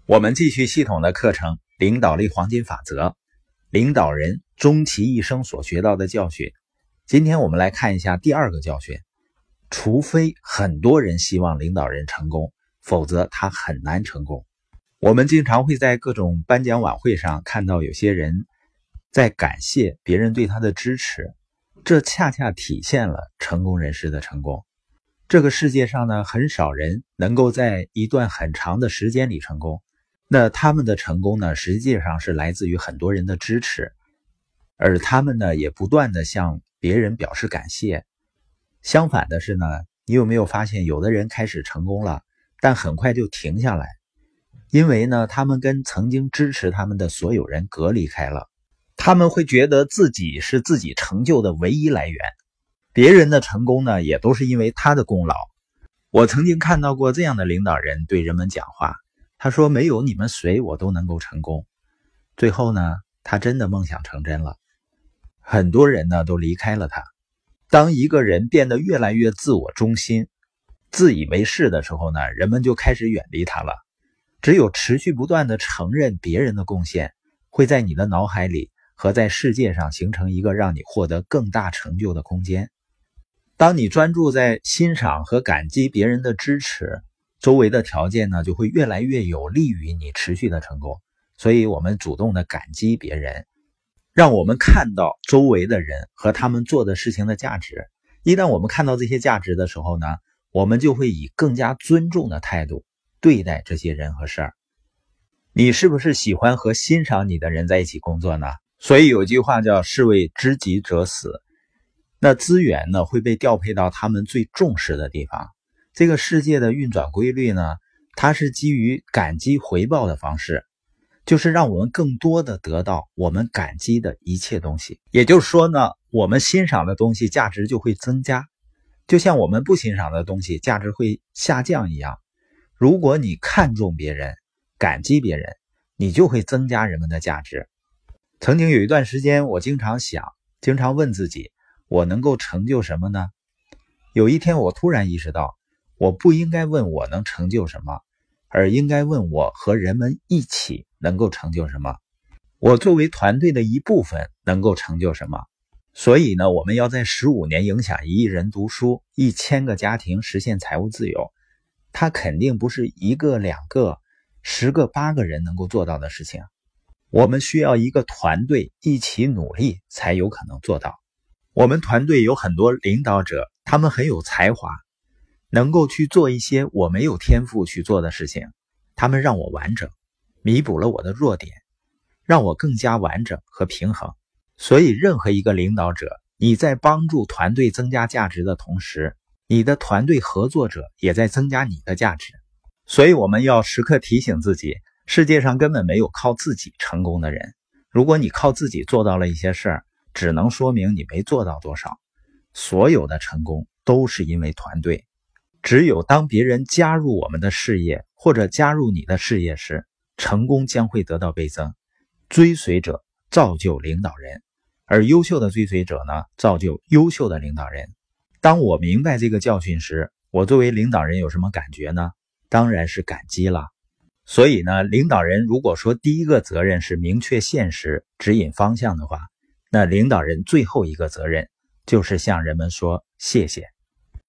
我们继续系统的课程，领导力黄金法则，领导人终其一生所学到的教训。今天我们来看一下第二个教训，除非很多人希望领导人成功，否则他很难成功。我们经常会在各种颁奖晚会上看到有些人在感谢别人对他的支持，这恰恰体现了成功人士的成功。这个世界上呢，很少人能够在一段很长的时间里成功。那他们的成功呢，实际上是来自于很多人的支持，而他们呢，也不断的向别人表示感谢。相反的是呢，你有没有发现有的人开始成功了，但很快就停下来，因为呢，他们跟曾经支持他们的所有人隔离开了。他们会觉得自己是自己成就的唯一来源，别人的成功呢，也都是因为他的功劳。我曾经看到过这样的领导人对人们讲话，他说没有你们谁我都能够成功。最后呢，他真的梦想成真了，很多人呢都离开了他。当一个人变得越来越自我中心、自以为是的时候呢，人们就开始远离他了。只有持续不断的承认别人的贡献，会在你的脑海里和在世界上形成一个让你获得更大成就的空间。当你专注在欣赏和感激别人的支持，周围的条件呢就会越来越有利于你持续的成功。所以我们主动的感激别人，让我们看到周围的人和他们做的事情的价值。一旦我们看到这些价值的时候呢，我们就会以更加尊重的态度对待这些人和事儿。你是不是喜欢和欣赏你的人在一起工作呢？所以有句话叫士为知己者死。那资源呢会被调配到他们最重视的地方。这个世界的运转规律呢，它是基于感激回报的方式，就是让我们更多的得到我们感激的一切东西。也就是说呢，我们欣赏的东西价值就会增加，就像我们不欣赏的东西价值会下降一样。如果你看重别人，感激别人，你就会增加人们的价值。曾经有一段时间，我经常问自己，我能够成就什么呢？有一天我突然意识到，我不应该问我能成就什么，而应该问我和人们一起能够成就什么，我作为团队的一部分能够成就什么。所以呢，我们要在15年影响1亿人读书，1000个家庭实现财务自由，它肯定不是1个、2个、10个、8个人能够做到的事情。我们需要一个团队一起努力才有可能做到。我们团队有很多领导者，他们很有才华，能够去做一些我没有天赋去做的事情，他们让我完整，弥补了我的弱点，让我更加完整和平衡。所以任何一个领导者，你在帮助团队增加价值的同时，你的团队合作者也在增加你的价值。所以我们要时刻提醒自己，世界上根本没有靠自己成功的人。如果你靠自己做到了一些事儿，只能说明你没做到多少。所有的成功都是因为团队。只有当别人加入我们的事业，或者加入你的事业时，成功将会得到倍增。追随者造就领导人，而优秀的追随者呢，造就优秀的领导人。当我明白这个教训时，我作为领导人有什么感觉呢？当然是感激了。所以呢，领导人如果说第一个责任是明确现实、指引方向的话，那领导人最后一个责任就是向人们说谢谢。